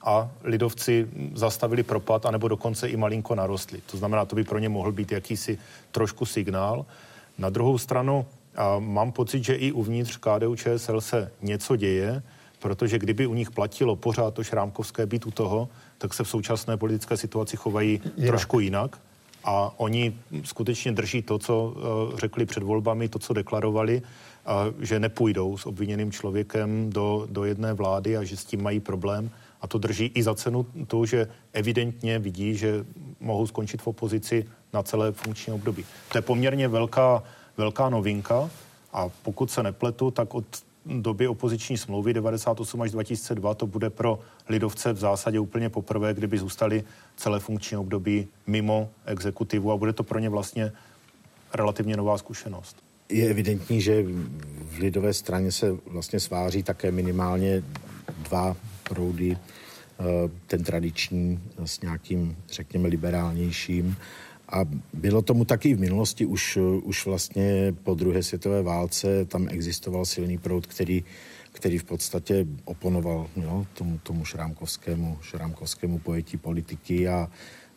E: a lidovci zastavili propad, anebo dokonce i malinko narostli. To znamená, to by pro ně mohl být jakýsi trošku signál. Na druhou stranu mám pocit, že i uvnitř KDU-ČSL se něco děje, protože kdyby u nich platilo pořád to šrámkovské být u toho, tak se v současné politické situaci chovají trošku jinak. A oni skutečně drží to, co řekli před volbami, to, co deklarovali, že nepůjdou s obviněným člověkem do jedné vlády a že s tím mají problém. A to drží i za cenu to, že evidentně vidí, že mohou skončit v opozici na celé funkční období. To je poměrně velká novinka a pokud se nepletu, tak od doby opoziční smlouvy 98 až 2002 to bude pro lidovce v zásadě úplně poprvé, kdyby zůstali celé funkční období mimo exekutivu a bude to pro ně vlastně relativně nová zkušenost.
C: Je evidentní, že v lidové straně se vlastně sváří také minimálně dva proudy, ten tradiční s nějakým, řekněme, liberálnějším. A bylo tomu taky v minulosti, už vlastně po druhé světové válce tam existoval silný proud, který v podstatě oponoval tomu šrámkovskému pojetí politiky a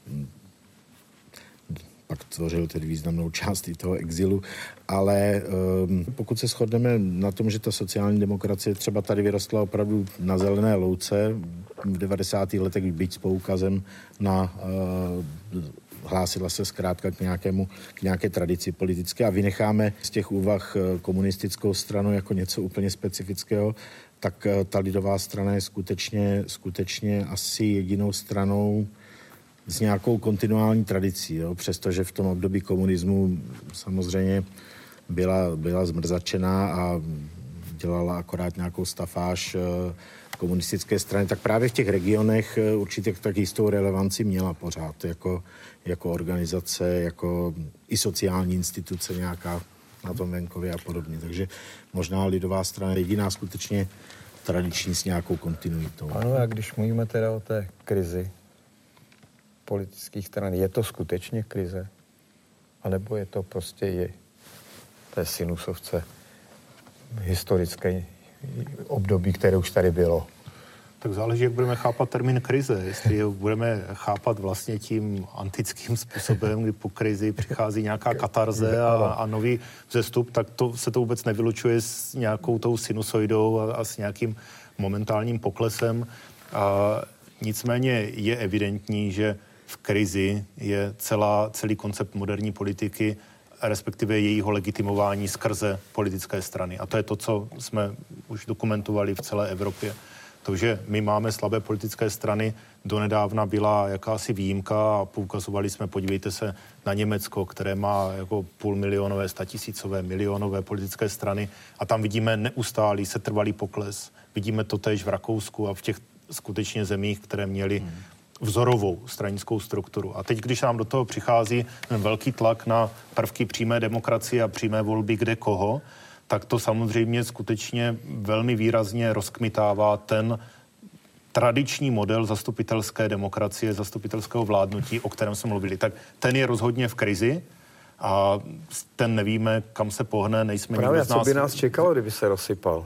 C: pak tvořil tedy významnou část i toho exilu, ale pokud se shodneme na tom, že ta sociální demokracie třeba tady vyrostla opravdu na zelené louce v 90. letech, byť s poukazem na hlásila se zkrátka k nějaké tradici politické a vynecháme z těch úvah komunistickou stranu jako něco úplně specifického, tak ta lidová strana je skutečně asi jedinou stranou s nějakou kontinuální tradicí, jo? Přestože v tom období komunismu samozřejmě byla zmrzačená a dělala akorát nějakou stafáž komunistické strany, tak právě v těch regionech určitě tak jistou relevanci měla pořád jako organizace, jako i sociální instituce nějaká na tom venkově a podobně. Takže možná lidová strana je jediná skutečně tradiční s nějakou kontinuitou.
B: Ano, a když mluvíme teda o té krizi politických stran, je to skutečně krize? A nebo je to prostě i té sinusovce historické období, které už tady bylo?
E: Tak záleží, jak budeme chápat termín krize. Jestli ho budeme chápat vlastně tím antickým způsobem, kdy po krizi přichází nějaká katarze a nový vzestup, tak se to vůbec nevylučuje s nějakou tou sinusoidou a s nějakým momentálním poklesem. Nicméně je evidentní, že v krizi je celý koncept moderní politiky, respektive jejího legitimování skrze politické strany. A to je to, co jsme už dokumentovali v celé Evropě. To, že my máme slabé politické strany, donedávna byla jakási výjimka a poukazovali jsme, podívejte se na Německo, které má jako 500 000, 100 000, milionové politické strany a tam vidíme neustálý, setrvalý pokles. Vidíme to též v Rakousku a v těch skutečně zemích, které měly vzorovou stranickou strukturu. A teď, když nám do toho přichází ten velký tlak na prvky přímé demokracie a přímé volby kde koho, tak to samozřejmě skutečně velmi výrazně rozkmitává ten tradiční model zastupitelské demokracie, zastupitelského vládnutí, o kterém jsme mluvili. Tak ten je rozhodně v krizi a ten nevíme, kam se pohne, nejsme
B: právě, co by nás čekalo, kdyby se rozsypal?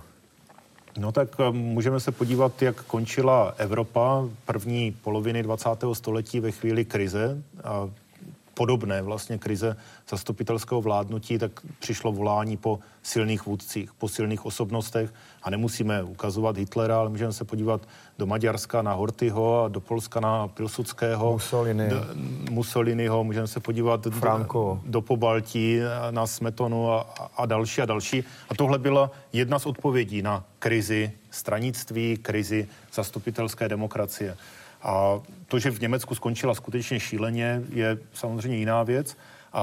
E: No tak můžeme se podívat, jak končila Evropa první poloviny 20. století ve chvíli krize a podobné vlastně krize zastupitelského vládnutí, tak přišlo volání po silných vůdcích, po silných osobnostech a nemusíme ukazovat Hitlera, ale můžeme se podívat do Maďarska na Horthyho a do Polska na Pilsudského, Mussoliniho, můžeme se podívat do Pobaltí na Smetonu a další a další. A tohle byla jedna z odpovědí na krizi stranictví, krizi zastupitelské demokracie. A to, že v Německu skončila skutečně šíleně, je samozřejmě jiná věc.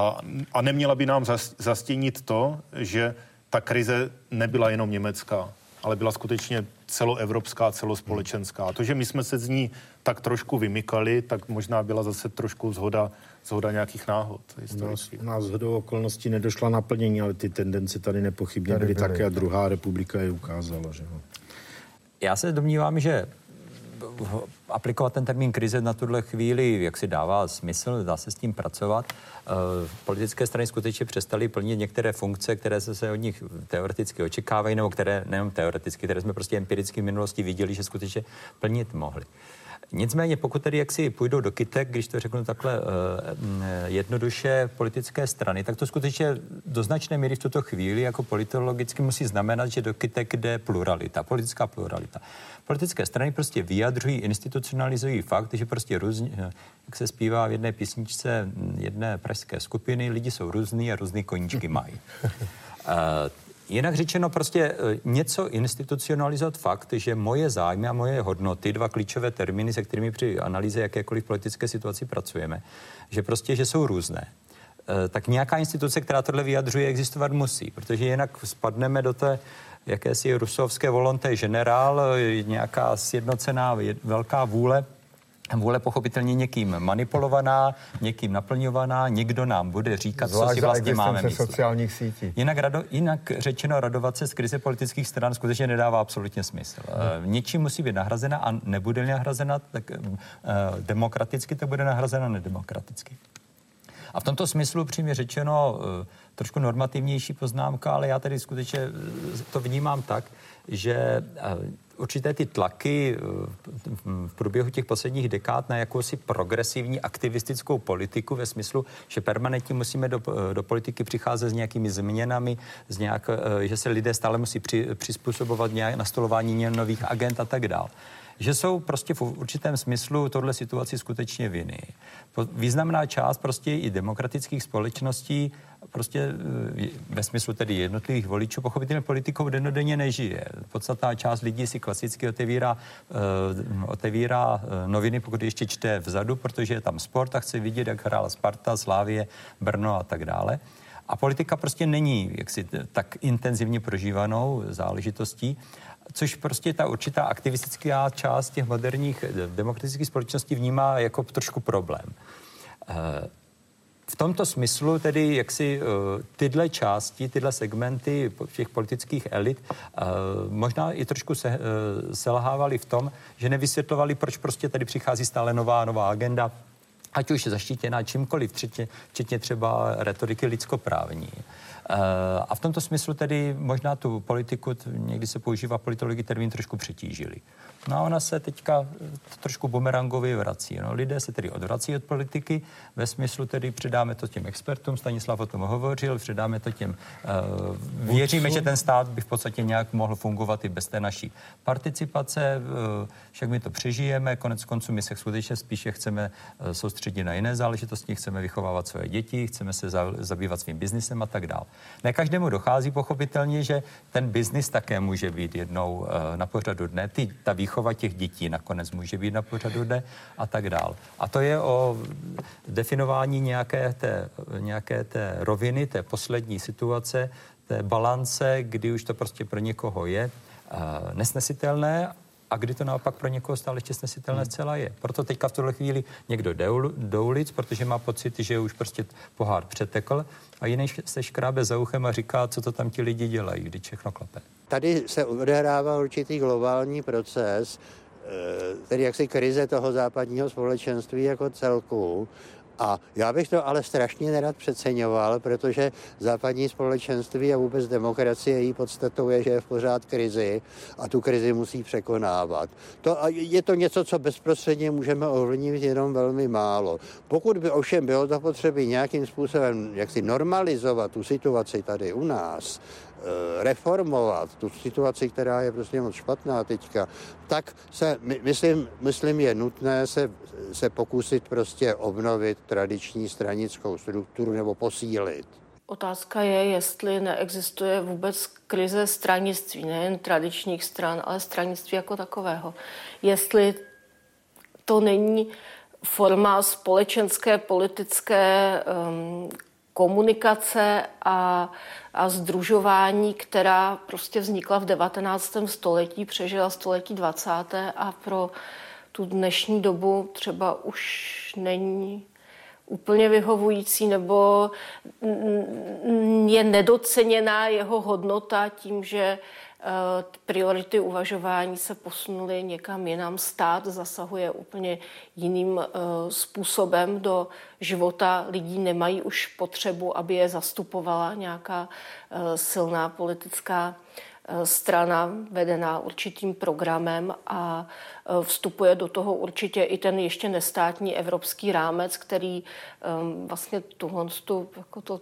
E: A neměla by nám zastínit to, že ta krize nebyla jenom německá, ale byla skutečně celoevropská, celospolečenská. A to, že my jsme se z ní tak trošku vymykali, tak možná byla zase trošku zhoda nějakých náhod.
C: U nás shodou okolností nedošla naplnění, ale ty tendence tady nepochybně byly také a druhá republika je ukázala. Že?
F: Já se domnívám, že aplikovat ten termín krize na tuhle chvíli, jak si dává smysl, dá se s tím pracovat. Politické strany skutečně přestaly plnit některé funkce, které se od nich teoreticky očekávají, nebo které nejenom teoreticky, které jsme prostě empiricky v minulosti viděli, že skutečně plnit mohli. Nicméně, pokud tedy jaksi půjdou do kytek, když to řeknu takhle jednoduše, politické strany, tak to skutečně do značné míry v tuto chvíli jako politologicky musí znamenat, že do kytek jde pluralita, politická pluralita. Politické strany prostě vyjadřují, institucionalizují fakt, že prostě různě, jak se zpívá v jedné písničce jedné pražské skupiny, lidi jsou různý a různý koníčky mají. Jinak řečeno prostě něco institucionalizovat fakt, že moje zájmy a moje hodnoty, dva klíčové termíny, se kterými při analýze jakékoliv politické situaci pracujeme, že prostě, že jsou různé. Tak nějaká instituce, která tohle vyjadřuje, existovat musí, protože jinak spadneme do té jakési rusovské volonté generál, nějaká sjednocená velká vůle pochopitelně někým manipulovaná, někým naplňovaná, někdo nám bude říkat, co si vlastně máme myslet.
B: Sociálních sítí.
F: Jinak řečeno, radovat se z krize politických stran skutečně nedává absolutně smysl. Něčím musí být nahrazena a nebude nahrazena tak demokraticky, tak bude nahrazena nedemokraticky. A v tomto smyslu přímě řečeno trošku normativnější poznámka, ale já tady skutečně to vnímám tak, že určité ty tlaky v průběhu těch posledních dekád na jakousi progresivní aktivistickou politiku ve smyslu, že permanentně musíme do politiky přicházet s nějakými změnami, že se lidé stále musí přizpůsobovat nastolování nových agend a tak dále. Že jsou prostě v určitém smyslu tohle situaci skutečně viny. Významná část prostě i demokratických společností prostě ve smyslu tedy jednotlivých voličů pochopitelně politikou dennodenně nežije. Podstatná část lidí si klasicky otevírá noviny, pokud ještě čte vzadu, protože je tam sport a chce vidět, jak hrála Sparta, Slavie, Brno a tak dále. A politika prostě není jaksi tak intenzivně prožívanou záležitostí, což prostě ta určitá aktivistická část těch moderních demokratických společností vnímá jako trošku problém. V tomto smyslu tedy jaksi tyhle části, tyhle segmenty těch politických elit možná i trošku selhávaly v tom, že nevysvětlovali, proč prostě tady přichází stále nová agenda, ať už zaštítěná čímkoliv, včetně třeba retoriky lidskoprávní. A v tomto smyslu tedy možná tu politiku, někdy se používá politologii termín, trošku přetížili. No a ona se teďka trošku bumerangově vrací. No, lidé se tedy odvrací od politiky, ve smyslu tedy předáme to těm expertům, Stanislav o tom hovořil, předáme to těm... věříme, že ten stát by v podstatě nějak mohl fungovat i bez té naší participace, však my to přežijeme, konec konců my se skutečně spíše chceme soustředit na jiné záležitosti, chceme vychovávat své děti, chceme se zabývat svým biznisem a tak dále. Ne každému dochází pochopitelně, že ten biznis také může být jednou na pořadu dne. Ta výchova těch dětí nakonec může být na pořadu dne a tak dál. A to je o definování nějaké té roviny, té poslední situace, té balance, kdy už to prostě pro někoho je nesnesitelné a kdy to naopak pro někoho stále ještě snesitelné zcela je. Proto teďka v tuhle chvíli někdo jde do ulic, protože má pocit, že už prostě pohár přetekl a jiný se škrábe za uchem a říká, co to tam ti lidi dělají, když všechno klape.
H: Tady se odehrává určitý globální proces, tedy jaksi krize toho západního společenství jako celku. A já bych to ale strašně nerad přeceňoval, protože západní společenství a vůbec demokracie její podstatou je, že je v pořád krizi a tu krizi musí překonávat. Je to něco, co bezprostředně můžeme ovlivnit jenom velmi málo. Pokud by ovšem bylo zapotřebí nějakým způsobem jaksi normalizovat tu situaci tady u nás, reformovat tu situaci, která je prostě moc špatná teďka, tak myslím je nutné se pokusit prostě obnovit tradiční stranickou strukturu nebo posílit.
D: Otázka je, jestli neexistuje vůbec krize stranictví, nejen tradičních stran, ale stranictví jako takového. Jestli to není forma společenské, politické komunikace a sdružování, která prostě vznikla v 19. století, přežila století 20. a pro tu dnešní dobu třeba už není úplně vyhovující, nebo je nedoceněná jeho hodnota tím, že priority uvažování se posunuly někam jinam. Stát zasahuje úplně jiným způsobem do života lidí. Nemají už potřebu, aby je zastupovala nějaká silná politická strana vedená určitým programem a vstupuje do toho určitě i ten ještě nestátní evropský rámec, který vlastně jako to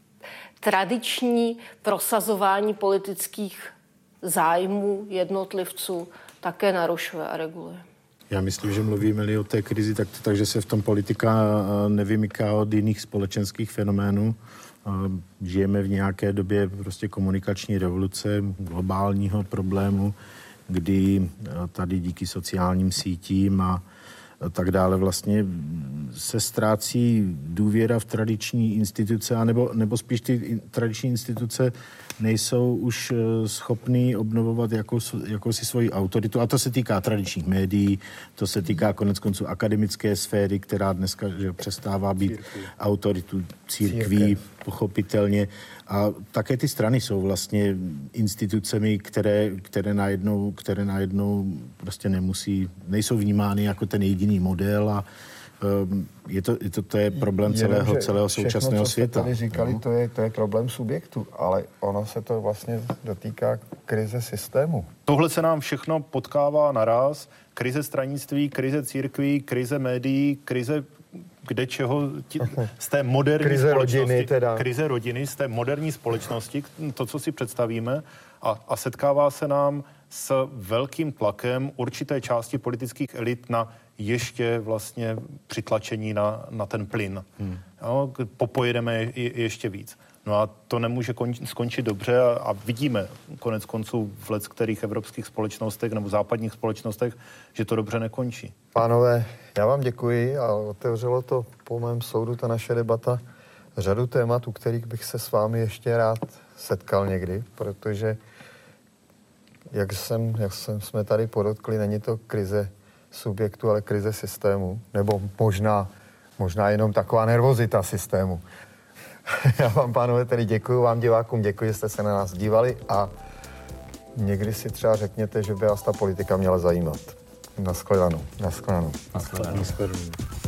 D: tradiční prosazování politických zájmů jednotlivců také narušuje a reguluje.
C: Já myslím, že mluvíme-li o té krizi, takže se v tom politika nevymyká od jiných společenských fenoménů. Žijeme v nějaké době prostě komunikační revoluce, globálního problému, kdy tady díky sociálním sítím a tak dále vlastně se ztrácí důvěra v tradiční instituce, nebo spíš ty tradiční instituce nejsou už schopný obnovovat jakousi svoji autoritu. A to se týká tradičních médií, to se týká koneckonců akademické sféry, která dneska přestává být autoritu církví, pochopitelně. A také ty strany jsou vlastně institucemi, které najednou prostě nejsou vnímány jako ten jediný model a to je problém celého současného světa.
B: Všechno, co jste tady říkali, to je problém subjektu, ale ono se to vlastně dotýká krize systému.
E: Tohle se nám všechno potkává naraz. Krize stranictví, krize církví, krize médií, krize kde čeho z té moderní společnosti, krize rodiny, z té moderní společnosti, to, co si představíme, a setkává se nám s velkým tlakem určité části politických elit na ještě vlastně přitlačení na ten plyn. Jo, popojedeme ještě víc. No a to nemůže skončit dobře a vidíme konec konců v leckterých evropských společnostech nebo západních společnostech, že to dobře nekončí.
B: Pánové, já vám děkuji a otevřelo to po mém soudu ta naše debata řadu témat, u kterých bych se s vámi ještě rád setkal někdy, protože jak jsme tady podotkli, není to krize subjektu, ale krize systému, nebo možná jenom taková nervozita systému. Já vám, pánové, tedy děkuji, vám divákům děkuji, že jste se na nás dívali a někdy si třeba řekněte, že by vás ta politika měla zajímat. Naschledanou.